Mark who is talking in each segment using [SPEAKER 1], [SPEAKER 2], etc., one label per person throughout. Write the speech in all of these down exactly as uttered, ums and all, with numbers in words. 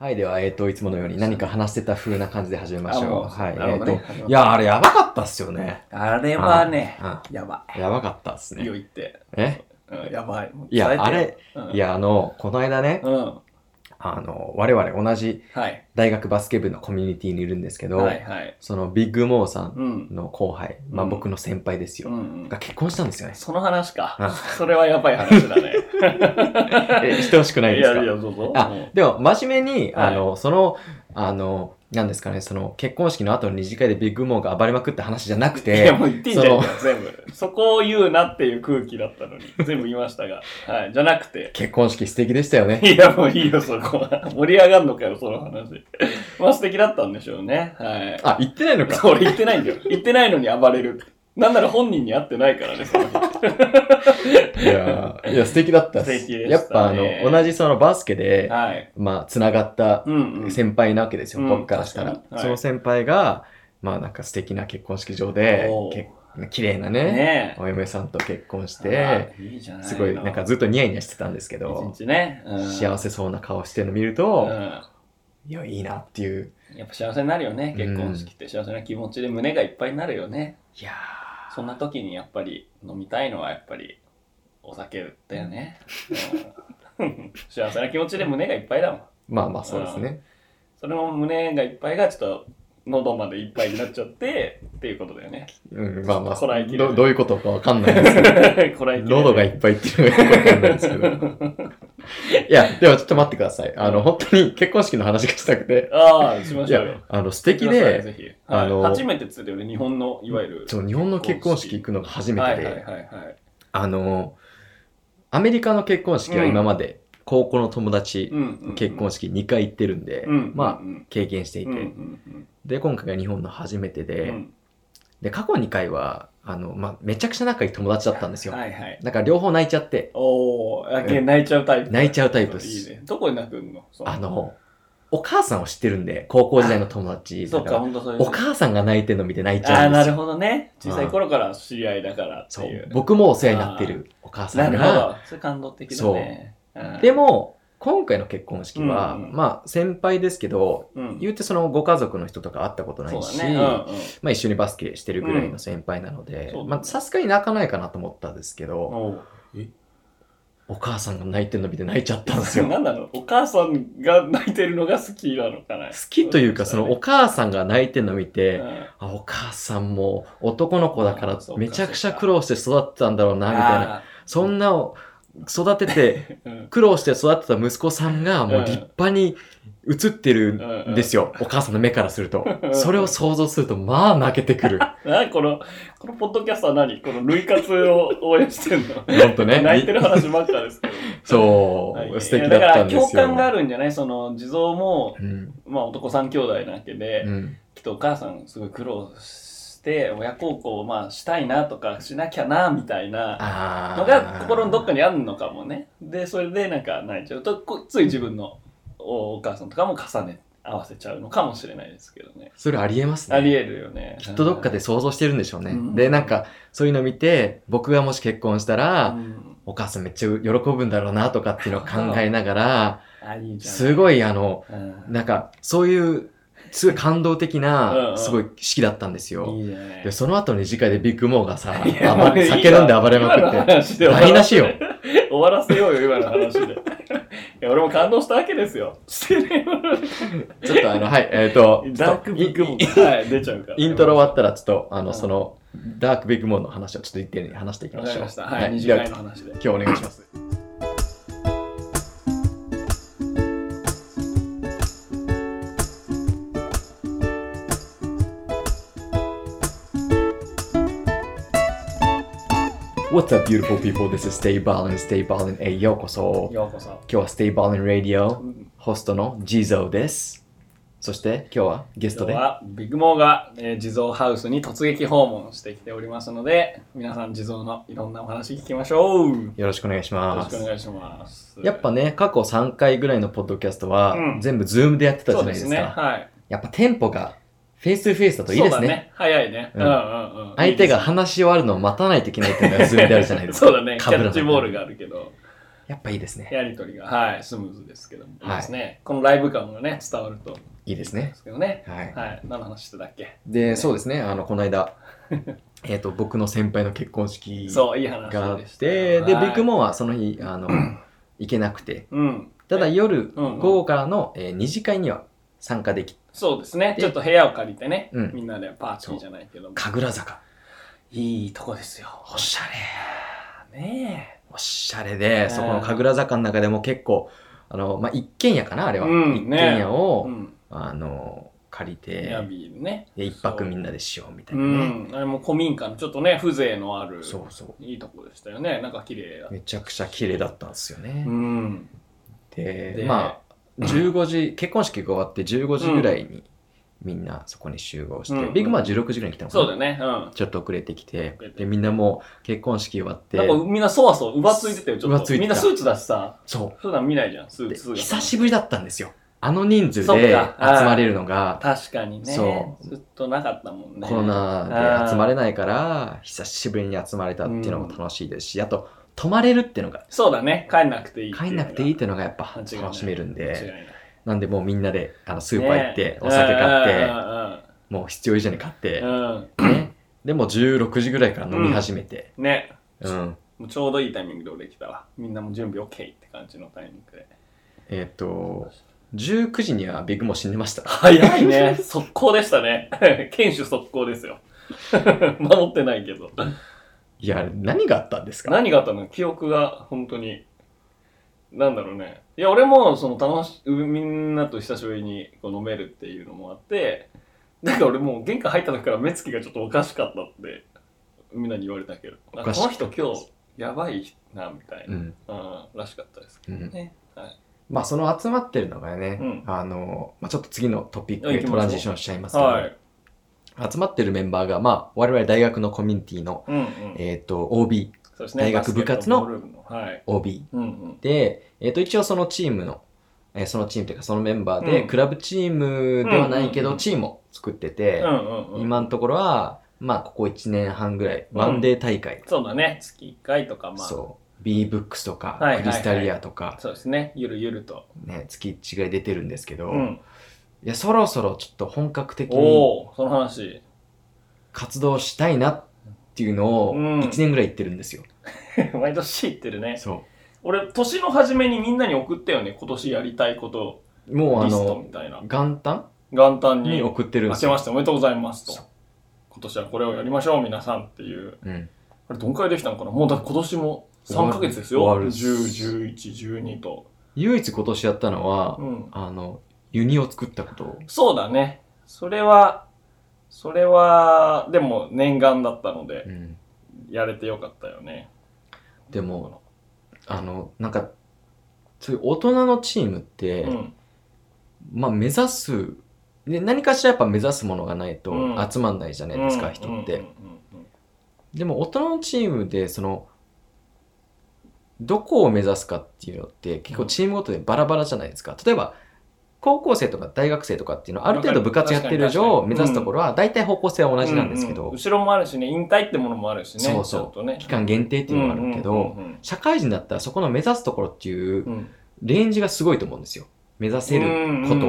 [SPEAKER 1] はい、では、えっと、いつものように何か話してた風な感じで始めましょう。はい、えっ
[SPEAKER 2] ね、
[SPEAKER 1] と、いや、あれやばかったっすよね。
[SPEAKER 2] あれはね、やば
[SPEAKER 1] い。やばかったっすね。
[SPEAKER 2] 言って。
[SPEAKER 1] え、
[SPEAKER 2] うん、やばい。
[SPEAKER 1] いや、あれ、うん、いや、あの、この間ね、うん、あの、我々同じ大学バスケ部のコミュニティにいるんですけど、はいはい、そのビッグモーさんの後輩、うん、まあ僕の先輩ですよ、うんうん、が結婚したんですよね。
[SPEAKER 2] その話か。うん、それはやばい話だね。
[SPEAKER 1] え、してほしくないですか？
[SPEAKER 2] いやいや、どうぞ。
[SPEAKER 1] あ、でも真面目に、はい、あの、その、あの、なんですかね、その結婚式の後の二次会でビッグモーが暴れまくった話じゃなくて、
[SPEAKER 2] いやもう言っていいんじゃないか全部。そこを言うなっていう空気だったのに全部言いましたが、はい、じゃなくて
[SPEAKER 1] 結婚式素敵でしたよね。
[SPEAKER 2] いやもういいよそこは。盛り上がんのかよその話。まあ素敵だったんでしょうね。はい。
[SPEAKER 1] あ、言ってないのか。
[SPEAKER 2] 俺言ってないんだよ。言ってないのに暴れる。なんなら本人に会ってないからね、その日。
[SPEAKER 1] いやいや素敵だったっす。素敵でしたね。やっぱあの同じそのバスケで、はい、まあつながった先輩なわけですよ、うんうん、僕からしたら、うんはい、その先輩がまあなんか素敵な結婚式場で綺麗なね、ねお嫁さんと結婚していいじゃないすごいなんかずっとニヤニヤしてたんですけど、
[SPEAKER 2] 一日ね、うん、
[SPEAKER 1] 幸せそうな顔してるの見ると、うん、いやいいなっていう。
[SPEAKER 2] やっぱ幸せになるよね、結婚式って幸せな気持ちで胸がいっぱいになるよね。
[SPEAKER 1] いやー
[SPEAKER 2] そんな時にやっぱり飲みたいのはやっぱりお酒だよね。うん、幸せな気持ちで胸がいっぱいだもん。
[SPEAKER 1] まあまあそうですね。うん、
[SPEAKER 2] それも胸がいっぱいがちょっと喉までいっぱいになっちゃってっていうことだよね。
[SPEAKER 1] うん、まあまあこらえきれどどういうことかわかんないですけど、こらえきれ喉がいっぱいっていうのがよくわかんないですけど。いやでもちょっと待ってください。あの本当に結婚式の話がしたくて。
[SPEAKER 2] ああしましょうよ。
[SPEAKER 1] あの素敵で、
[SPEAKER 2] ぜひあの初めてっつってよね日本のいわゆる
[SPEAKER 1] そう日本の結婚式行くのが初めてで、はいはいはいはい、あのアメリカの結婚式は今まで、うん高校の友達、うんうんうん、結婚式にかい行ってるんで、うんうんうん、まあ経験していて、うんうんうん、で今回が日本の初めてで、うん、で過去にかいはあの、まあ、めちゃくちゃ仲いい友達だったんですよ、はいはい、だから両方泣いちゃって。
[SPEAKER 2] おー、泣いちゃうタイプ。
[SPEAKER 1] 泣いちゃうタイプです。
[SPEAKER 2] いいね。どこで泣くの？
[SPEAKER 1] あのお母さんを知ってるんで、高校時代の友達だから、お母さんが泣いてるの見て泣いちゃうんですよ。
[SPEAKER 2] あ、なるほどね。小さい頃から知り合いだからっていう。
[SPEAKER 1] そう僕もお世話になってるお母さんが。
[SPEAKER 2] なるほど。それ感動的だね。
[SPEAKER 1] そうでも今回の結婚式は、うんうん、まあ先輩ですけど、うん、言うてそのご家族の人とか会ったことないし、ねうんうん、まあ一緒にバスケしてるぐらいの先輩なので、うん、まあさすがに泣かないかなと思ったんですけど、えお母さんが泣いてるの見て泣いちゃったんですよ。
[SPEAKER 2] 何なの？お母さんが泣いてるのが好きなのかな？
[SPEAKER 1] 好きというか、そのお母さんが泣いてるの見て、うん、あお母さんも男の子だからめちゃくちゃ苦労して育ってたんだろうなみたいな、そんな育てて苦労して育てた息子さんがもう立派に映ってるんですよ、うんうん、お母さんの目からすると。それを想像するとまあ泣けてくる。
[SPEAKER 2] 何このこのポッドキャストは何この類活を応援してんの？
[SPEAKER 1] 本当ね。
[SPEAKER 2] 泣いてる話ばっかですけど。
[SPEAKER 1] そう、はい、素敵だったんですよ。
[SPEAKER 2] だから共感があるんじゃない？その地蔵も、うん、まあ男三兄弟なわけで、うん、きっとお母さんすごい苦労して親孝行をまあしたいなとかしなきゃなみたいなのが心のどっかにあるのかもね。でそれでなんか泣いちゃうとつい自分のお母さんとかも重ね合わせちゃうのかもしれないですけどね。
[SPEAKER 1] それありえますね。
[SPEAKER 2] ありえるよね。
[SPEAKER 1] きっとどっかで想像してるんでしょうね。うん、でなんかそういうの見て僕がもし結婚したら、うん、お母さんめっちゃ喜ぶんだろうなとかっていうのを考えながらすごいあの、うん、なんかそういうすごい感動的なすごい式だったんですよ。いいね、でその後の二次会でビッグモーがさ酒飲んで暴れまくって台無しよ。
[SPEAKER 2] 終わらせようよ今の話で。いや俺も感動したわけですよ。してね。
[SPEAKER 1] ちょっとあのはいえっ、ー、と
[SPEAKER 2] ダークビッグモーはい出ちゃうから。
[SPEAKER 1] イントロ終わったらちょっとあの、うん、そのダークビッグモーの話をちょっと一点に話していきましょう。
[SPEAKER 2] わかりました。はい、はい、二次会の話で。
[SPEAKER 1] 今日お願いします。What's up, beautiful people? This is Stay Ballin, Stay Ballin へようこそ。
[SPEAKER 2] ようこそ。
[SPEAKER 1] 今日は Stay Ballin Radio、うん、ホストのジゾーです。そして今日はゲストで。
[SPEAKER 2] 今日はビッグモーが、えー、ジゾーハウスに突撃訪問してきておりますので、皆さんジゾーのいろんなお話聞きましょう。
[SPEAKER 1] よろしくお願いします。
[SPEAKER 2] よろしくお願いします。
[SPEAKER 1] やっぱね、過去さんかいぐらいのポッドキャストは、うん、全部ズームでやってたじゃないですか。そうですね。はい。やっぱテンポがフェイストゥフェイスだといいですね。そうだね。
[SPEAKER 2] 早いね。うんうんうん。
[SPEAKER 1] 相手が話し終わるのを待たないといけないっていうのがズームであるじゃないですか。
[SPEAKER 2] そうだね。キャッチボールがあるけど。
[SPEAKER 1] やっぱいいですね。
[SPEAKER 2] やりとりが、はい、スムーズですけども、いいですね。はい、このライブ感がね、伝わると
[SPEAKER 1] いいですね。
[SPEAKER 2] ですけどね。
[SPEAKER 1] はい。
[SPEAKER 2] はい。何の話してたっけ？
[SPEAKER 1] で、ね、そうですね。あの、この間、えっと、僕の先輩の結婚式があって、で、ビッグモンはその日、あの、行けなくて、うん、ただ夜、うんうん、午後からの、えー、二次会には参加できて、
[SPEAKER 2] そうですね。ちょっと部屋を借りてね、うん、みんなでパーティーじゃないけども。
[SPEAKER 1] 神楽坂。
[SPEAKER 2] いいとこですよ。
[SPEAKER 1] おしゃ
[SPEAKER 2] れ。ね
[SPEAKER 1] え。おしゃれで、そこの神楽坂の中でも結構、あの、まあ、一軒家かなあれは。うん、一軒家を、ね、うん、あの、借りて、
[SPEAKER 2] エアビーね。
[SPEAKER 1] で、一泊みんなでしようみたいなね。
[SPEAKER 2] うん。あれも古民家のちょっとね、風情のある、そうそう。いいとこでしたよね。なんか綺麗だった。
[SPEAKER 1] めちゃくちゃ綺麗だったんですよね。うん。で、でまあ、じゅうごじ、結婚式が終わってじゅうごじぐらいにみんなそこに集合して、うん、ビッグマンはじゅうろくじぐらいに来たのかな。
[SPEAKER 2] そうだね。うん。
[SPEAKER 1] ちょっと遅れてきて、で、みんなもう結婚式終わって。
[SPEAKER 2] なんかみんなそわそわ、浮ついてたよ、ちょっと。浮ついてた。みんなスーツだしさ。
[SPEAKER 1] そう。
[SPEAKER 2] 普段見ないじゃん、スーツ。
[SPEAKER 1] 久しぶりだったんですよ。あの人数で集まれるのが。
[SPEAKER 2] 確かにね。そう。ずっとなかったもんね。
[SPEAKER 1] コロナで集まれないから、久しぶりに集まれたっていうのも楽しいですし、あと、泊まれるっていうのが。
[SPEAKER 2] そうだね。帰んなくていい。
[SPEAKER 1] 帰んなくていいっていうのがやっぱ楽しめるんで。なんでもうみんなであのスーパー行って、お酒買って、もう必要以上に買って、ね。でもじゅうろくじぐらいから飲み始めて。
[SPEAKER 2] ね。うん。ちょうどいいタイミングで俺来たわ。みんなも準備 OK って感じのタイミングで。
[SPEAKER 1] えっと、じゅうくじにはビッグモ死んでました。
[SPEAKER 2] 早いね。速攻でしたね。堅守速攻ですよ。守ってないけど。
[SPEAKER 1] いや、何があったんですか？
[SPEAKER 2] 何があったの？記憶が本当に。なんだろうね。いや、俺もその楽し、みんなと久しぶりにこう飲めるっていうのもあって、なんか俺もう玄関入った時から目つきがちょっとおかしかったってみんなに言われたけど、この人今日やばいなみたいな、うん、らしかったですけどね。うん、はい。ま
[SPEAKER 1] あその集まってるのがね、うん、あの、まあ、ちょっと次のトピックへトランジションしちゃいますけど、はい、集まってるメンバーが、まあ我々大学のコミュニティの、うんうん、えっと、オービー、そうですね、大学部活の オービー、はい、うんうん、で、えっと一応そのチームの、えー、そのチームというかそのメンバーで、うん、クラブチームではないけどチームを作ってて、うんうんうん、今のところは、まあここいちねんはんぐらい、ワンデー大会、
[SPEAKER 2] うん。そうだね、月いっかいとかまあ。
[SPEAKER 1] そう。B ブックスとか、クリスタリアとか、はいはいはい、
[SPEAKER 2] そうですね、ゆるゆると。
[SPEAKER 1] ね、月いちぐらい出てるんですけど、うん、いや、そろそろちょっと本格的に、
[SPEAKER 2] おー、その話。
[SPEAKER 1] 活動したいなっていうのをいちねんぐらい言ってるんですよ。
[SPEAKER 2] うん、毎年言ってるね。
[SPEAKER 1] そう。
[SPEAKER 2] 俺、年の初めにみんなに送ったよね、今年やりたいこと。
[SPEAKER 1] もうあの、元旦
[SPEAKER 2] 元旦に
[SPEAKER 1] 送ってるんです
[SPEAKER 2] よ。明けましておめでとうございますと。今年はこれをやりましょう、皆さんっていう。うん、あれ、どんくらいできたのかな？もうだって今年もさんかげつですよ。じゅう、じゅういち、じゅうにと。
[SPEAKER 1] 唯一今年やったのは、うん、あの、ユニを作ったこと。
[SPEAKER 2] そうだね。それは、それは、でも念願だったので、うん、やれてよかったよね。
[SPEAKER 1] でも、あの、なんか、そういう大人のチームって、うん、まあ目指す、で何かしらやっぱ目指すものがないと集まんないじゃないですか、うん、人って。でも大人のチームで、その、どこを目指すかっていうのって結構チームごとでバラバラじゃないですか。例えば、高校生とか大学生とかっていうのはある程度部活やってる以上目指すところは大体方向性は同じなんですけど、うんうん、
[SPEAKER 2] 後ろもあるしね、引退ってものもあるしね、
[SPEAKER 1] そうそう、ね、期間限定っていうのがあるけど、社会人だったらそこの目指すところっていうレンジがすごいと思うんですよ。目指せること。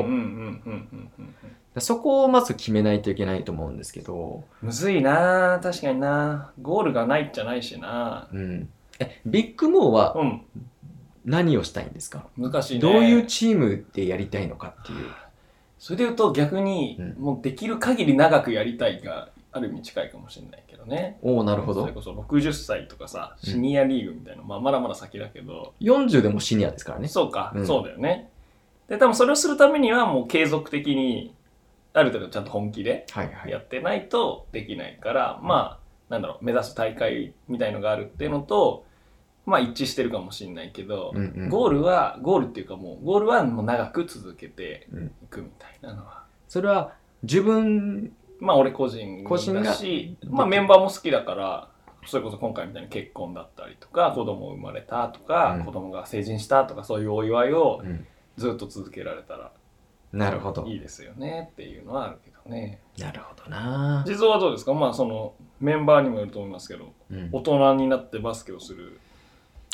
[SPEAKER 1] そこをまず決めないといけないと思うんですけど、
[SPEAKER 2] むずいな、確かにな。ゴールがないじゃないしな。
[SPEAKER 1] うん、えビッグモーは、うん、何をしたいんですか？
[SPEAKER 2] 難しいね。
[SPEAKER 1] どういうチームでやりたいのかっていう。
[SPEAKER 2] それで言うと逆に、うん、もうできる限り長くやりたいがある意味近いかもしれないけどね。
[SPEAKER 1] おお、なるほど。
[SPEAKER 2] それこそろくじゅっさいとかさ、シニアリーグみたいな、うん、まあまだまだ先だけど。
[SPEAKER 1] よんじゅうでもシニアですからね。
[SPEAKER 2] そうか、うん、そうだよね。で、多分それをするためにはもう継続的に、ある程度ちゃんと本気でやってないとできないから、はいはい、まあ、なんだろう、目指す大会みたいのがあるっていうのと、まあ一致してるかもしれないけど、うんうん、ゴールは、ゴールっていうかもう、ゴールはもう長く続けていくみたいなのは。
[SPEAKER 1] うん、それは自分、
[SPEAKER 2] まあ俺個人だし、まあメンバーも好きだから、それこそ今回みたいに結婚だったりとか、子供生まれたとか、うん、子供が成人したとか、そういうお祝いをずっと続けられたら、
[SPEAKER 1] なるほど。
[SPEAKER 2] いいですよねっていうのはあるけどね。
[SPEAKER 1] なるほどな。
[SPEAKER 2] 地蔵はどうですか？まあそのメンバーにもよると思いますけど、うん、大人になってバスケをする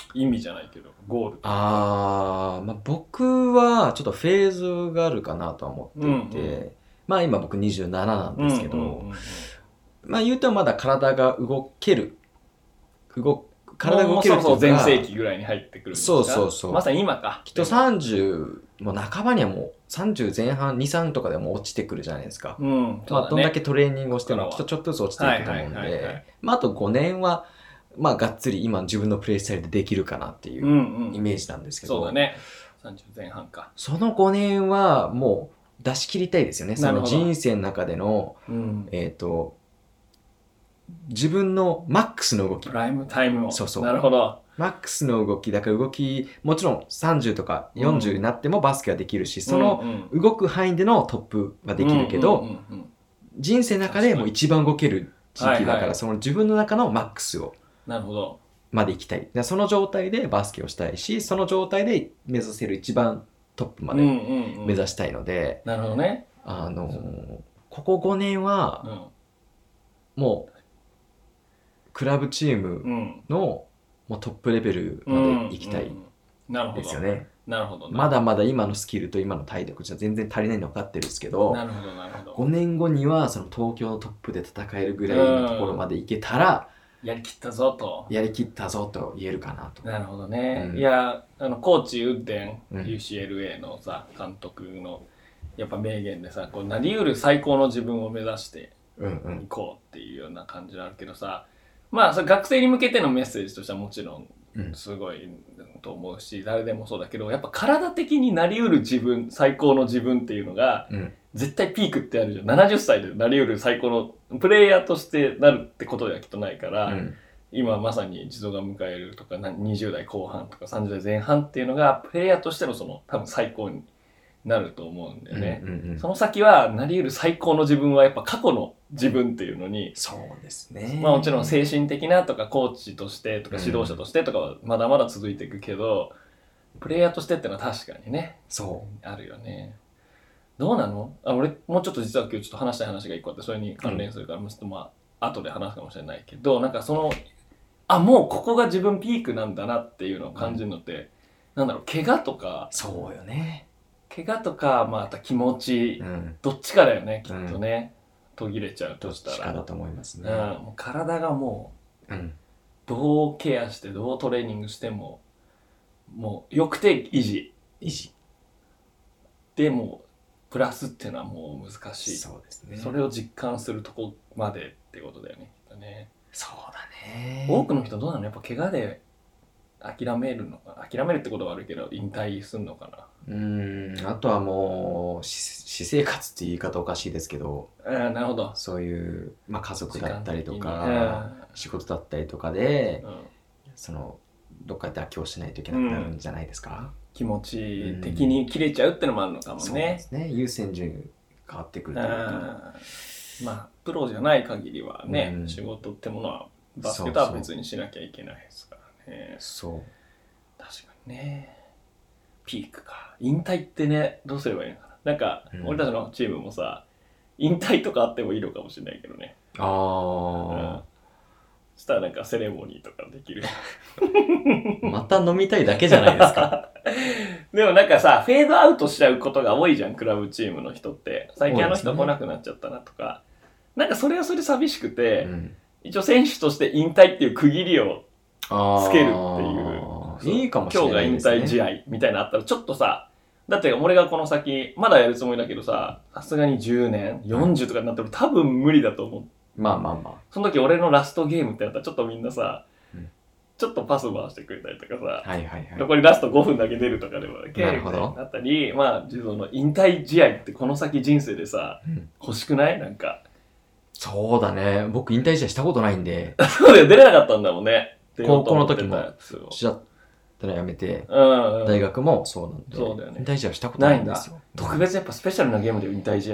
[SPEAKER 2] 意味じゃないけど、ゴール。
[SPEAKER 1] あー、まあ、僕はちょっとフェーズがあるかなとは思っていて、うんうん、まあ今僕にじゅうなななんですけど、うんうんうんうん、まあ言うとまだ体が動ける。動体が動けるっていうか、
[SPEAKER 2] そうそう全盛期ぐらいに入ってくるんですか。
[SPEAKER 1] そうそうそう。
[SPEAKER 2] まさに今か。
[SPEAKER 1] きっとさんじゅう、もう半ばにはもうさんじゅう前半、に、さんとかでも落ちてくるじゃないですか。
[SPEAKER 2] うん。
[SPEAKER 1] まあどんだけトレーニングをしてもきっとちょっとずつ落ちていくと思うんで、まああとごねんは、まあがっつり今自分のプレイスタイルでできるかなっていうイメージなんですけど。
[SPEAKER 2] うんうん、そうだね。さんじゅう前半か。
[SPEAKER 1] そのごねんはもう出し切りたいですよね。その人生の中での、うん、えっと、自分のマックスの動き。
[SPEAKER 2] プライムタイムを。
[SPEAKER 1] そうそう。
[SPEAKER 2] なるほど。
[SPEAKER 1] マックスの動き、だから動き、もちろんさんじゅうとかよんじゅうになってもバスケはできるし、うん、その動く範囲でのトップはできるけど、人生の中でも一番動ける時期だから、はいはい、その自分の中のマックスを。
[SPEAKER 2] なるほど。
[SPEAKER 1] まで行きたい。その状態でバスケをしたいし、その状態で目指せる一番トップまで目指したいので、
[SPEAKER 2] うんうんうん、なるほどね。
[SPEAKER 1] あの、ここごねんは、うん、もう、クラブチームの、もうトップレベルまで行きたいですよね。
[SPEAKER 2] なるほど。
[SPEAKER 1] まだまだ今のスキルと今の体力じゃ全然足りないの分かってるんですけど、
[SPEAKER 2] なるほどなるほど。
[SPEAKER 1] ごねんごにはその東京のトップで戦えるぐらいのところまで行けたら、
[SPEAKER 2] やりきったぞと。
[SPEAKER 1] やりきったぞと言えるかなと。
[SPEAKER 2] なるほどね。うん、いや、あの、コーチウッデン、うん、ユーシーエルエー のさ、監督の、やっぱ名言でさ、こうなりうる最高の自分を目指していこうっていうような感じがあるけどさ、まあ、それ学生に向けてのメッセージとしてはもちろん、すごいと思うし、うん、誰でもそうだけど、やっぱ体的になりうる自分、最高の自分っていうのが、うん、絶対ピークってあるじゃん。ななじゅっさいでなりうる最高のプレイヤーとしてなるってことではきっとないから、うん、今まさに地蔵が迎えるとかにじゅう代後半とかさんじゅう代前半っていうのがプレイヤーとしてのその多分最高になると思うんだよね、うんうんうん、その先はなりうる最高の自分はやっぱ過去の自分っていうのに、
[SPEAKER 1] そうですね、
[SPEAKER 2] まあもちろん精神的なとかコーチとしてとか指導者としてとかはまだまだ続いていくけど、うん、プレイヤーとしてってのは確かにね、
[SPEAKER 1] そう
[SPEAKER 2] あるよね。どうなの？あ、俺もうちょっと実は今日ちょっと話したい話が一個あって、それに関連するから、うん、ちょっとまあ後で話すかもしれないけど、なんかそのあ、もうここが自分ピークなんだなっていうのを感じるのって、うん、なんだろう、怪我とか、
[SPEAKER 1] そうよね。
[SPEAKER 2] 怪我とか、まあ、あと気持ち、うん、どっちかだよね、きっとね、うん、途切れちゃうとしたら。
[SPEAKER 1] どっちかだと思いますね。
[SPEAKER 2] うん、もう体がもう、うん、どうケアして、どうトレーニングしても、もう、よくて維持。
[SPEAKER 1] 維持。
[SPEAKER 2] でも、プラスっていうのはもう難しい。
[SPEAKER 1] そうですね。
[SPEAKER 2] それを実感するとこまでってことだよね、きっとね。
[SPEAKER 1] そうだね。
[SPEAKER 2] 多くの人どうなの？やっぱ怪我で諦めるのかな？諦めるってことは悪いけど、引退すんのかな？
[SPEAKER 1] うーん、あとはもう、私生活って言い方おかしいですけど、
[SPEAKER 2] あ、なるほど。
[SPEAKER 1] そういう、まあ、家族だったりとか、仕事だったりとかで、うん、その、どっかで妥協しないといけなくなるんじゃないですか？うん、
[SPEAKER 2] 気持ち的に切れちゃうってのもあるのかもね。そう
[SPEAKER 1] ですね。優先順位変わってくるというか。
[SPEAKER 2] まあ、プロじゃない限りはね、うん、仕事ってものは、バスケとは別にしなきゃいけないですからね。
[SPEAKER 1] そう。
[SPEAKER 2] 確かにね。ピークか。引退ってね、どうすればいいのかな。なんか、うん、俺たちのチームもさ、引退とかあってもいいのかもしれないけどね。
[SPEAKER 1] ああ、
[SPEAKER 2] うん。そしたらなんかセレモニーとかできる。
[SPEAKER 1] また飲みたいだけじゃないですか。
[SPEAKER 2] でもなんかさ、フェードアウトしちゃうことが多いじゃん、クラブチームの人って。最近あの人来なくなっちゃったなとか。なんかそれはそれ寂しくて、うん、一応選手として引退っていう区切りをつけるっていう。
[SPEAKER 1] いいかもしれないです
[SPEAKER 2] ね。今日が引退試合みたいなのあったらちょっとさ、だって俺がこの先、まだやるつもりだけどさ、さすがにじゅうねん、よんじゅうとかになっても多分無理だと思う。
[SPEAKER 1] まあまあまあ。
[SPEAKER 2] その時俺のラストゲームってなったらちょっとみんなさ、うん、ちょっとパス回してくれたりとかさ、
[SPEAKER 1] はいはいはい、
[SPEAKER 2] 残りラストごふんだけ出るとかでもな
[SPEAKER 1] るほど
[SPEAKER 2] あったり、まあ、その引退試合ってこの先人生でさ、うん、欲しくない？なんか。
[SPEAKER 1] そうだね。僕引退試合したことないんで。
[SPEAKER 2] そうだよ、出れなかったんだもんね。
[SPEAKER 1] 高校の時もしちゃったらやめて、
[SPEAKER 2] うんうん、
[SPEAKER 1] 大学もそうなんで、
[SPEAKER 2] そうだよね、
[SPEAKER 1] 引退試合したことないんですよ。
[SPEAKER 2] 特別やっぱスペシャルなゲームで引退試合って。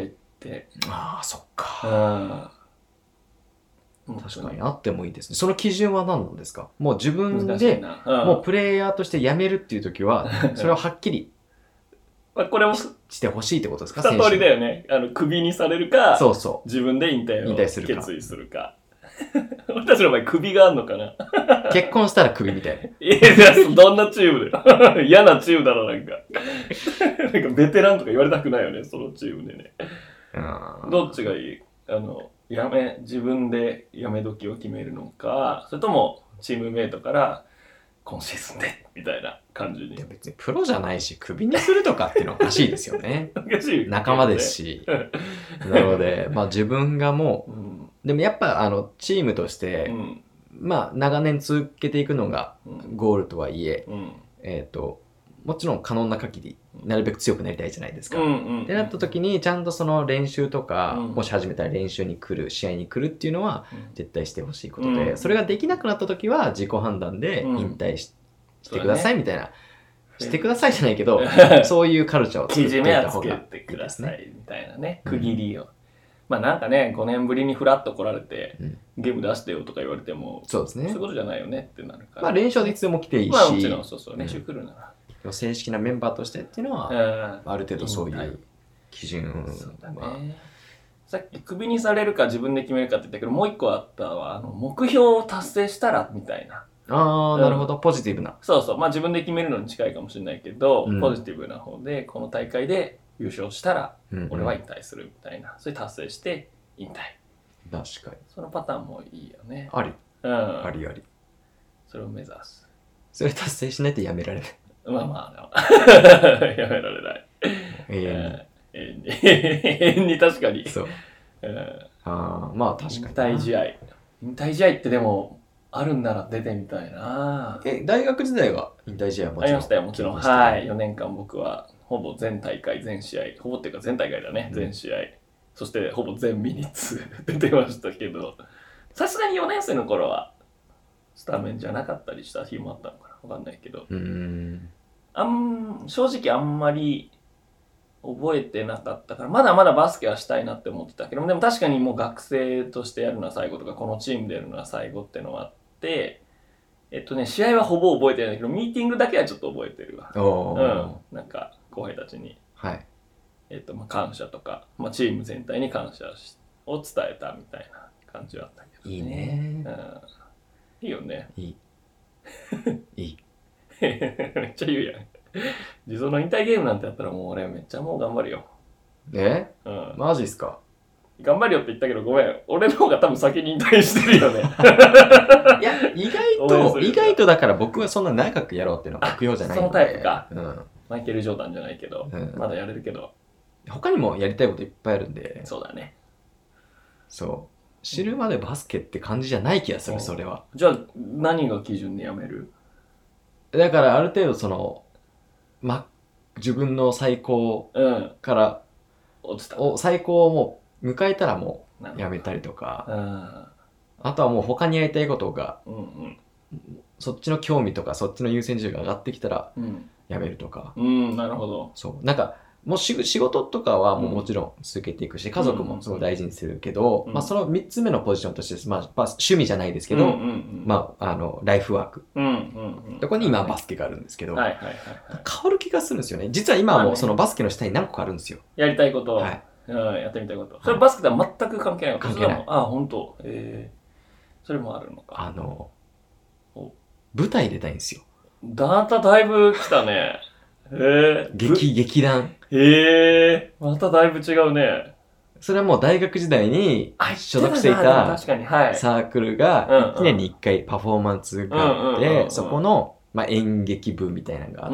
[SPEAKER 1] ああ、そっか。うん、確かにあってもいいですね。その基準は何なんですか？もう自分で、うん、もうプレイヤーとして辞めるっていう時は、それをはっきり
[SPEAKER 2] これも
[SPEAKER 1] してほしいってことですか？
[SPEAKER 2] 二通りだよね。あの、クビにされるか、
[SPEAKER 1] そうそう。
[SPEAKER 2] 自分で引退を決意するか。 俺たちの場合首があんのかな。
[SPEAKER 1] 結婚したら首みたいな。
[SPEAKER 2] いや、どんなチームだよ。嫌なチームだろ、なんか。なんかベテランとか言われたくないよね、そのチームでね。どっちがいい？あの、やめ、自分でやめ時を決めるのか、それともチームメイトから今シーズンでみたいな感じに。いや
[SPEAKER 1] 別にプロじゃないし、首にするとかっていうのはおかしいですよね。
[SPEAKER 2] おかしい。
[SPEAKER 1] 仲間ですし。なので、まあ自分がもう、うん、でもやっぱあの、チームとして、うん、まあ長年続けていくのがゴールとはいえ、うん、えっと、もちろん可能な限り、なるべく強くなりたいじゃないですか。うんうんうん、ってなった時に、ちゃんとその練習とか、うん、もし始めたら練習に来る、試合に来るっていうのは、絶対してほしいことで、うん、それができなくなった時は、自己判断で引退 し,、うん、してくださいみたいな、ね、してくださいじゃないけど、そういうカルチャーを作っていった方がいいですね。けじめはつけてくださいみたいなね、区切りを。うん、まあなんかね、ごねんぶりにフラッと来られて、うん、ゲーム出してよとか言われても、そうですね。そういうことじゃないよねってなるから。まあ練習でいつでも来ていいし、まあもちろんそうそう、練習来るなら。正式なメンバーとしてっていうのは、うん、ある程度そういう基準は、そうだね、さっきクビにされるか自分で決めるかって言ったけど、もう一個あったわ、あの目標を達成したらみたいな。ああ、うん、なるほど、ポジティブな。そうそう、まあ自分で決めるのに近いかもしれないけど、うん、ポジティブな方でこの大会で優勝したら俺は引退するみたいな、うんうん、それ達成して引退。確かに。そのパターンもいいよね。あり。うん。ありあり。それを目指す。それ達成しないとやめられない。まあまあ、やめられない。永遠に。永遠に。永遠に確かに。そう。うん、ああ、まあ確かに。引退試合。引退試合ってでも、あるんなら出てみたいな。え、大学時代は引退試合はもちろん。ありましたよ、もちろん。はい。よねんかん僕は、ほぼ全大会、全試合、ほぼっていうか全大会だね、全試合。そしてほぼ全ミニッツ出てましたけど、さすがによねん生の頃は、スタメンじゃなかったりした日もあったのかな。わかんないけど。うーん。あん、正直あんまり覚えてなかったから、まだまだバスケはしたいなって思ってたけど、でも確かにもう学生としてやるのは最後とか、このチームでやるのは最後ってのはあって、えっとね、試合はほぼ覚えてないんだけど、ミーティングだけはちょっと覚えてるわ。うん。なんか、後輩たちに。はい。えっと、まあ、感謝とか、まあ、チーム全体に感謝を伝えたみたいな感じはあったけど、ね。いいね。うん。いいよね。いい。いい。めっちゃ言うやん。自走の引退ゲームなんてやったらもう俺めっちゃもう頑張るよ。え？うん。マジっすか？頑張るよって言ったけどごめん。俺の方が多分先に引退してるよね。いや、意外と、意外とだから僕はそんな長くやろうっていうのは目標じゃないので。そのタイプか。うん。マイケル・ジョーダンじゃないけど、うん、まだやれるけど。他にもやりたいこといっぱいあるんで。そうだね。そう。知るまでバスケって感じじゃない気がする、うん、それは。じゃあ何が基準でやめる？だからある程度その、ま、自分の最高から、うん、落ちた。お最高をもう迎えたらもうやめたりとか、うん、あとはもう他にやりたいことが、うんうん、そっちの興味とかそっちの優先順位が上がってきたらやめるとか。うん、うん、なるほど。そう。なんか、もうし仕事とかはもうもちろん続けていくし、家族もすごい大事にするけど、うん、まあそのみっつめのポジションとして、まあ、趣味じゃないですけど、うんうんうん、まあ、あの、ライフワーク。うんうんうん、そこに今バスケがあるんですけど、はいはいはいはい、変わる気がするんですよね。実は今はもうそのバスケの下に何個かあるんですよ。やりたいこと、はい、うん、やってみたいこと。それバスケとは全く関係ないの？関係ない。ああ、本当。えー、それもあるのか。あの、舞台出たいんですよ。だただいぶ来たね。へえ。劇、劇団。へえ。まただいぶ違うね。それはもう大学時代に所属していたサークルがいちねんにいっかいパフォーマンスがあって、そこのまあ演劇部みたいなのがあって、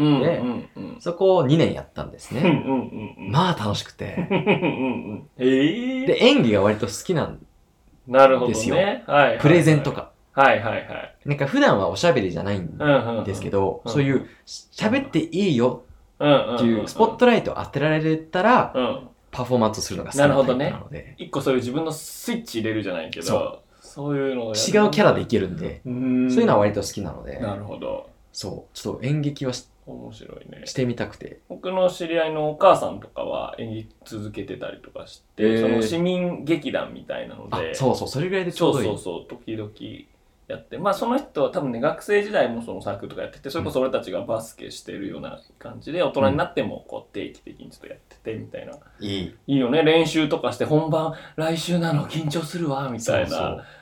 [SPEAKER 1] そこをにねんやったんですね。まあ楽しくて。で、演技が割と好きなんですよ。プレゼンとか。はいはいはい。なんか普段はおしゃべりじゃないんですけど、そういう喋っていいよっていうスポットライトを当てられたら、パフォーマンスするのが好きなタイプなので。なるほどね。一個そういう自分のスイッチ入れるじゃないけど、そうそういうのを違うキャラでいけるんで、そういうのは割と好きなので。なるほど。そう。ちょっと演劇はし面白いね。してみたくて。僕の知り合いのお母さんとかは演劇続けてたりとかして、その市民劇団みたいなので。そうそう、それぐらいでちょうどいい。そうそうそう、時々。やって、まあその人は多分ね、学生時代もそのサークルとかやってて、それこそ俺たちがバスケしてるような感じで、大人になってもこう定期的にちょっとやっててみたいな。いい。いいよね、練習とかして本番来週なの緊張するわみたいな。そうそう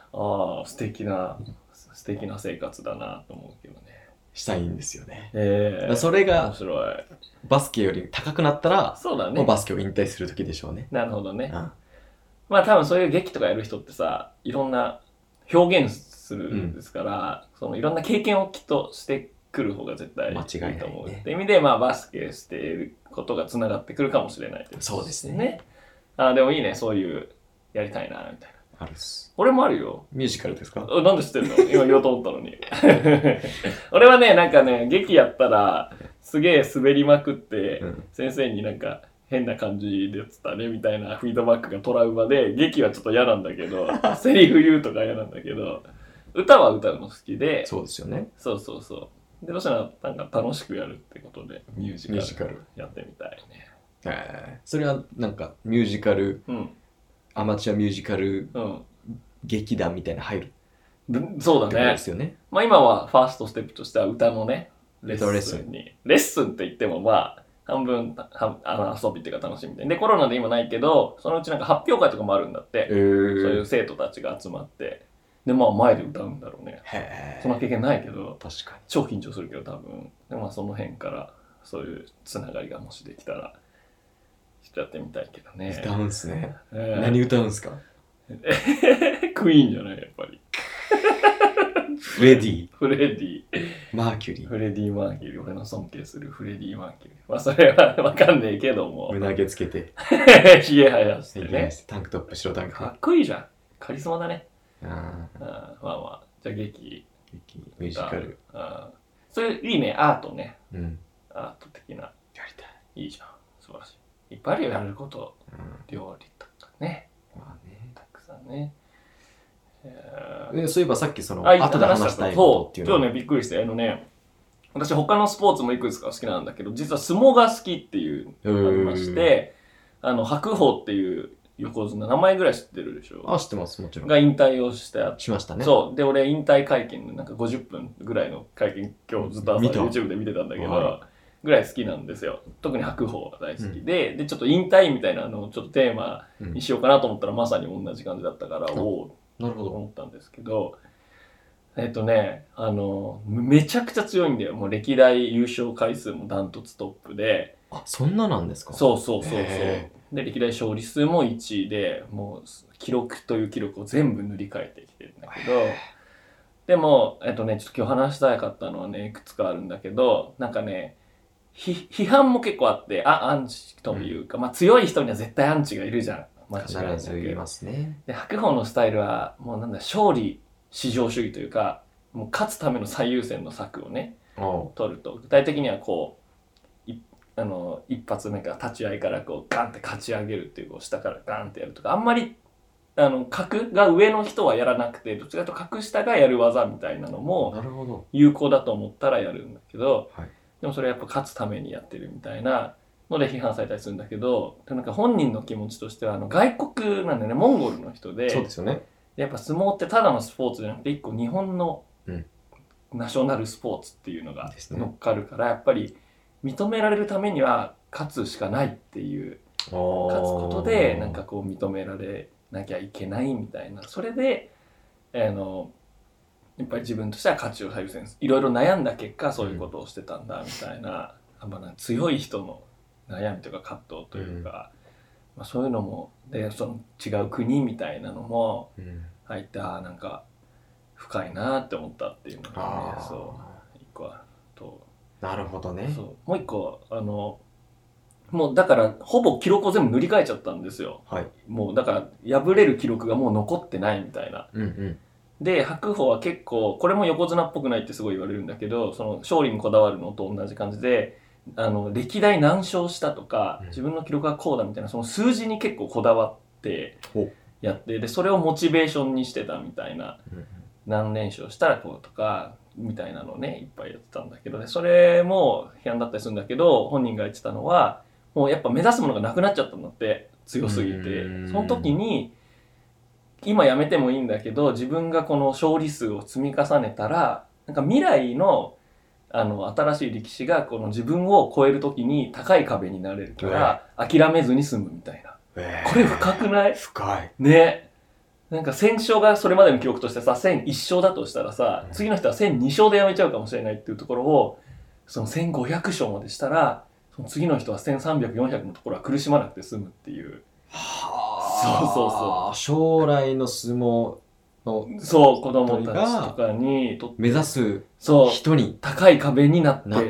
[SPEAKER 2] ああ、素敵な、素敵な生活だなと思うけどね。
[SPEAKER 1] したいんですよね。
[SPEAKER 2] えー、
[SPEAKER 1] それが、
[SPEAKER 2] 面白い。
[SPEAKER 1] バスケより高くなったら、
[SPEAKER 2] そうだね。
[SPEAKER 1] もうバスケを引退する時でしょうね。
[SPEAKER 2] なるほどね。
[SPEAKER 1] うん、
[SPEAKER 2] まあ多分そういう劇とかやる人ってさ、いろんな表現するんですから、うん、そのいろんな経験をきっとしてくる方が絶対いいと思う。って意味で、まあバスケしていることがつながってくるかもしれないです、
[SPEAKER 1] ね。そうですね。
[SPEAKER 2] ね。あ、でもいいね、そういうやりたいなみたいな。
[SPEAKER 1] あるっす。
[SPEAKER 2] 俺もあるよ。
[SPEAKER 1] ミュージカルですか？
[SPEAKER 2] なんで知ってんの？今言おうと思ったのに。俺はね、なんかね、劇やったら、すげえ滑りまくって、うん、先生になんか変な感じでやってたねみたいなフィードバックがトラウマで、劇はちょっと嫌なんだけど、セリフ言うとか嫌なんだけど、歌は歌うの好きで、
[SPEAKER 1] そうですよね。
[SPEAKER 2] そうそうそう。で、どうしたらなんか楽しくやるってことで、ミュージカルやってみたいね。
[SPEAKER 1] えー、それはなんかミュージカル、うん、アマチュアミュージカル、うん、劇団みたいな入る。
[SPEAKER 2] そうだね。
[SPEAKER 1] ですよね。
[SPEAKER 2] まあ今はファーストステップとしては歌のね、レッスンに。レッスンって言ってもまあ、半分はあの遊びっていうか楽しみで。で、コロナで今ないけど、そのうちなんか発表会とかもあるんだって。えー、そういう生徒たちが集まって。で、まあ前で歌うんだろうね。へー。そんな経験ないけど、
[SPEAKER 1] 確かに。
[SPEAKER 2] 超緊張するけど多分。でまあその辺からそういうつながりがもしできたら、ちょっとやってみたいけどね。
[SPEAKER 1] 歌うんすね。えー、何歌うんすか？
[SPEAKER 2] クイーンじゃないやっぱり。
[SPEAKER 1] フレディ。
[SPEAKER 2] フレディ。
[SPEAKER 1] マーキュリー。
[SPEAKER 2] フレディ・マーキュリー。俺の尊敬するフレディ・マーキュリー。まあそれはわかんねえけども。
[SPEAKER 1] 胸毛つけて。
[SPEAKER 2] ひげ生やしてね。
[SPEAKER 1] タンクトップ、白タンク。
[SPEAKER 2] かっこいいじゃん。カリスマだね。
[SPEAKER 1] ああ。
[SPEAKER 2] まあまあ。じゃあ劇。
[SPEAKER 1] 劇。ミュージカル。
[SPEAKER 2] あそれいいね。アートね。
[SPEAKER 1] うん。
[SPEAKER 2] アート的な。
[SPEAKER 1] やりた
[SPEAKER 2] い。いいじゃん。素晴らしい。いっぱいあるよ、やること。うん、料理とかね。
[SPEAKER 1] まあね。
[SPEAKER 2] たくさんね。
[SPEAKER 1] えそういえばさっきその後で話したいことっていう
[SPEAKER 2] のは今日ねびっくりしてあのね私他のスポーツもいくつか好きなんだけど実は相撲が好きっていうのがありましてあの白鵬っていう横綱名前ぐらい知ってるでしょ
[SPEAKER 1] あ知ってますもちろん
[SPEAKER 2] が引退をした
[SPEAKER 1] しましたね
[SPEAKER 2] そうで俺引退会見でなんかごじゅっぷんぐらいの会見今日ずっと朝 YouTube で見てたんだけどぐらい好きなんですよ特に白鵬が大好きで、うん、でちょっと引退みたいなのをちょっとテーマにしようかなと思ったら、うん、まさに同じ感じだったからおお
[SPEAKER 1] なるほど
[SPEAKER 2] 思ったんですけどえっとねあのめちゃくちゃ強いんだよもう歴代優勝回数もダントツトップで
[SPEAKER 1] あそんななんですか
[SPEAKER 2] そうそうそうそうで歴代勝利数もいちいでもう記録という記録を全部塗り替えてきてるんだけどでもえっとねちょっと今日話したかったのはねいくつかあるんだけどなんかね批判も結構あってあアンチというか、うん、まあ強い人には絶対アンチがいるじゃん
[SPEAKER 1] 必ず言いますね。
[SPEAKER 2] で白鵬のスタイルはもうなんだ勝利至上主義というかもう勝つための最優先の策をね取ると具体的にはこういあの一発目から立ち合いからこうガンって勝ち上げるっていうこう下からガンってやるとかあんまりあの格が上の人はやらなくてどっちかというと格下がやる技みたいなのも有効だと思ったらやるんだけど、はい、でもそれはやっぱ勝つためにやってるみたいな。ので批判されたりするんだけどなんか本人の気持ちとしてはあの外国なんだよねモンゴルの人で
[SPEAKER 1] そうですよね
[SPEAKER 2] やっぱ相撲ってただのスポーツじゃなくて一個日本のナショナルスポーツっていうのが乗っかるから、やっぱり認められるためには勝つしかないっていう勝つことでなんかこう認められなきゃいけないみたいなそれであのやっぱり自分としては勝ちを最優先いろいろ悩んだ結果そういうことをしてたんだみたいな、うん、な強い人の悩みというか葛藤というか、うんまあ、そういうのもでその違う国みたいなのも入って、うん、あなんか深いなって思ったっていうのがねそう一個あると
[SPEAKER 1] なるほどね
[SPEAKER 2] そうもう一個あのもうだからほぼ記録を全部塗り替えちゃったんですよ、はい、もうだから破れる記録がもう残ってないみたいな、うんうんで白鵬は結構これも横綱っぽくないってすごい言われるんだけどその勝利にこだわるのと同じ感じであの歴代何勝したとか、うん、自分の記録がこうだみたいなその数字に結構こだわってやってでそれをモチベーションにしてたみたいな、うん、何連勝したらこうとかみたいなのをねいっぱいやってたんだけどねそれも批判だったりするんだけど本人が言ってたのはもうやっぱ目指すものがなくなっちゃったんだって強すぎてその時に今やめてもいいんだけど自分がこの勝利数を積み重ねたらなんか未来のあの新しい力士がこの自分を超えるときに高い壁になれるから諦めずに済むみたいな、えー、これ深くない？
[SPEAKER 1] 深い
[SPEAKER 2] ねなんかせん勝がそれまでの記録としてさ、せんいち勝だとしたらさ、次の人はせんに勝でやめちゃうかもしれないっていうところを、そのせんごひゃく勝までしたら、その次の人はせんさんびゃく、よんひゃくのところは苦しまなくて済むっていう。
[SPEAKER 1] はあ。そうそうそう。将来の相撲の、
[SPEAKER 2] そう、子供たちとかにと
[SPEAKER 1] 目指す人に
[SPEAKER 2] 高い壁になって、
[SPEAKER 1] なって、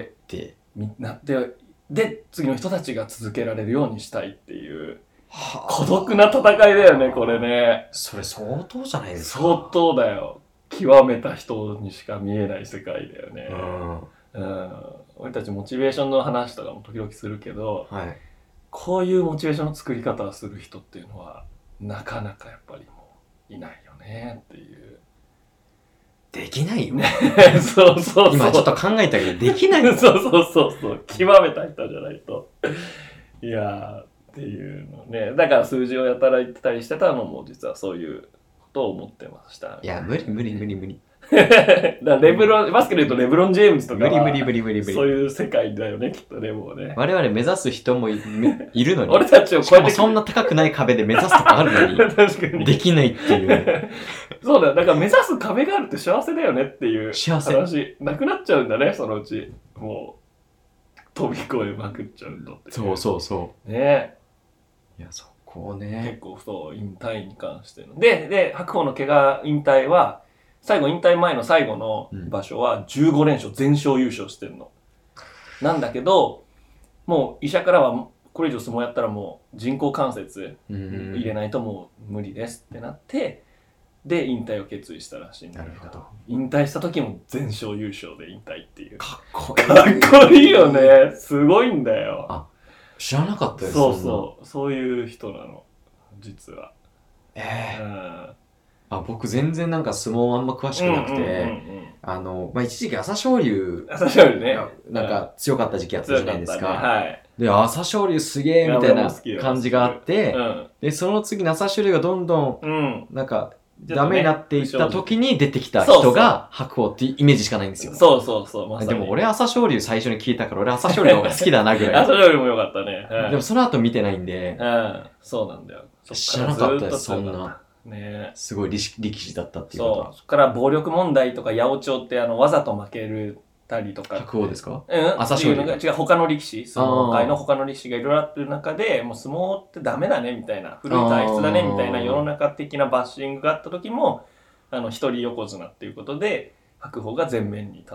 [SPEAKER 2] なって、で、次の人たちが続けられるようにしたいっていう。孤独な戦いだよね、これね。
[SPEAKER 1] それ相当じゃないですか。
[SPEAKER 2] 相当だよ。極めた人にしか見えない世界だよね。うん。うん、俺たちモチベーションの話とかも時々するけど、はい、こういうモチベーションの作り方をする人っていうのは、なかなかやっぱりもういないよねっていう。
[SPEAKER 1] できないよ。
[SPEAKER 2] そうそうそう。
[SPEAKER 1] 今ちょっと考えたけど、できないよ。
[SPEAKER 2] そうそうそうそう。極めた人じゃないと。いやー。っていうのね。だから数字をやたら言ってたりしてたのも実はそういうことを思ってました。
[SPEAKER 1] いや、無理無理無理無理。
[SPEAKER 2] だからレブロン、バスケで言うとレブロン・ジェームズとかは
[SPEAKER 1] 無理無理無理無理無理。
[SPEAKER 2] そういう世界だよね、きっとね、もうね。
[SPEAKER 1] 我々目指す人も い, いるのに。
[SPEAKER 2] 俺たちを
[SPEAKER 1] 超えてそんな高くない壁で目指すとかあるのに。確かに。できないっていう。
[SPEAKER 2] そうだよ。だから目指す壁があるって幸せだよねっていう話。幸せ。なくなっちゃうんだね、そのうち。もう、飛び越えまくっちゃうとって。
[SPEAKER 1] そうそうそう。
[SPEAKER 2] ねえ。
[SPEAKER 1] いや、そこね。
[SPEAKER 2] 結構そう、引退に関しての。で、で、白鵬の怪我引退は、最後引退前の最後の場所はじゅうごれん勝、全勝優勝してるの。なんだけど、もう医者からは、これ以上相撲やったらもう人工関節入れないともう無理ですってなって、で、引退を決意したらしいんだけど。なるほど。引退した時も全勝優勝で引退っていう。
[SPEAKER 1] かっこいい。
[SPEAKER 2] かっこいいよね。すごいんだよ。
[SPEAKER 1] あ、知らなかったです。
[SPEAKER 2] そうそう。そういう人なの。実は。
[SPEAKER 1] ええー。うん、あ、僕全然なんか相撲あんま詳しくなくて、あの、まあ、一時期朝青龍。
[SPEAKER 2] 朝青龍ね。
[SPEAKER 1] なんか強かった時期あったじゃないですか。
[SPEAKER 2] ね、はい。
[SPEAKER 1] で、朝青龍すげえみたいな感じがあって、うん、で、その次に朝青龍がどんどん、なんか、ダメになっていった時に出てきた人が白鵬っていうイメージしかないんですよ。
[SPEAKER 2] そうそうそう。ま、
[SPEAKER 1] でも俺朝青龍最初に聞いたから俺朝青龍の方が好きだなぐらい。
[SPEAKER 2] 朝青龍も良かったね。
[SPEAKER 1] はい、でもその後見てないんで。
[SPEAKER 2] うん。そうなんだよ。
[SPEAKER 1] 知らなかったです、そんな。ね、すごい力士だったっていうことは。
[SPEAKER 2] そう。そこから暴力問題とか八百長ってあのわざと負けるたりとか。
[SPEAKER 1] 白鵬ですか？
[SPEAKER 2] うん。朝青龍が違う、他の力士、相撲界の他の力士がいろいろあってる中で、もう相撲ってダメだねみたいな、古い体質だねみたいな世の中的なバッシングがあった時も、あの、一人横綱っていうことで、白鵬が前面に立って、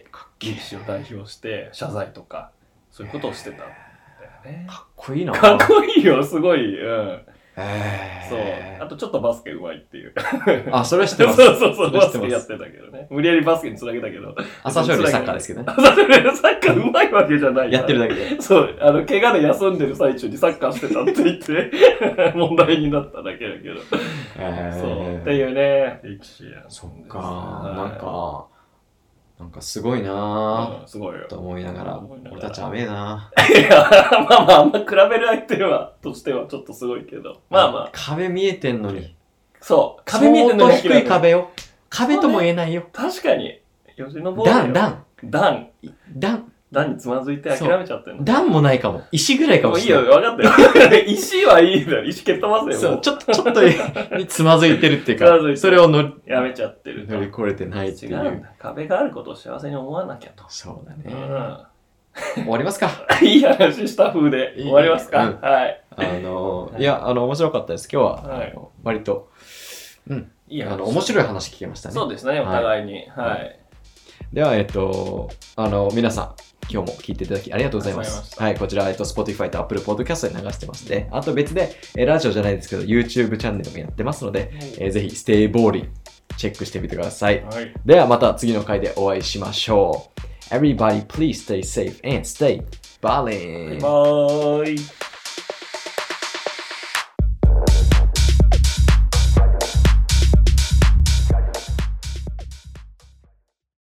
[SPEAKER 2] 力士を代表して謝罪とか、そういうことをしてたんだよね。
[SPEAKER 1] かっこいいな。
[SPEAKER 2] かっこいいよ、すごい。うん。
[SPEAKER 1] へ
[SPEAKER 2] そう。あとちょっとバスケ上手いっていう。
[SPEAKER 1] あ、それは知ってます。
[SPEAKER 2] そうそうそう、バスケやってたけどね。無理やりバスケにつなげたけど。
[SPEAKER 1] 朝青龍サッカーですけどね。
[SPEAKER 2] 朝青龍サッカー上手いわけじゃない。
[SPEAKER 1] やってるだけで。
[SPEAKER 2] そう、あの、怪我で休んでる最中にサッカーしてたって言って、問題になっただけだけど。そう。っていうね、力士や。
[SPEAKER 1] そっか、なんか、なんかすごいなぁ、うん、
[SPEAKER 2] すごいよ
[SPEAKER 1] と思いながら、俺たち甘えな
[SPEAKER 2] ぁ。いや、まあまあ、あんま比べる相手は、としてはちょっとすごいけど。まあまあ。
[SPEAKER 1] 壁見えてんのに。
[SPEAKER 2] そう。壁見えてんのに。
[SPEAKER 1] 相当低い壁よ。壁とも言えないよ。
[SPEAKER 2] 確かに。吉野坊
[SPEAKER 1] 段、段。
[SPEAKER 2] 段。
[SPEAKER 1] 段。
[SPEAKER 2] 段につまずいて諦めちゃってんの。
[SPEAKER 1] 段もないかも。石ぐらいかもしれない。
[SPEAKER 2] いいよ、分かったよ。石はいいんだよ。石蹴っ飛ばせ
[SPEAKER 1] よ。そう、ちょっと、ちょっとにつまずいてるっていうか、それをの
[SPEAKER 2] やめちゃってる。
[SPEAKER 1] 乗り越えてないっていう。違うんだ。
[SPEAKER 2] 壁があることを幸せに思わなきゃと。
[SPEAKER 1] そうだね。うん、終わりますか。
[SPEAKER 2] いい話した風で終わりますか。いいうん、はい。
[SPEAKER 1] あの、いや、あの、面白かったです。今日は、はい、あの割と、うん。いいあの、面白い話聞けましたね。
[SPEAKER 2] そうですね、お互いに。はい。はい、
[SPEAKER 1] では、えっと、あの、皆さん、今日も聞いていただきありがとうございます。はい、こちら、えっと、Spotify と Apple Podcast で流してますね。あと別で、えラジオじゃないですけど、YouTube チャンネルもやってますので、えー、ぜひ、Stay Ballin チェックしてみてください。はい、では、また次の回でお会いしましょう。Everybody, please stay safe and stay ballin'.
[SPEAKER 2] Bye.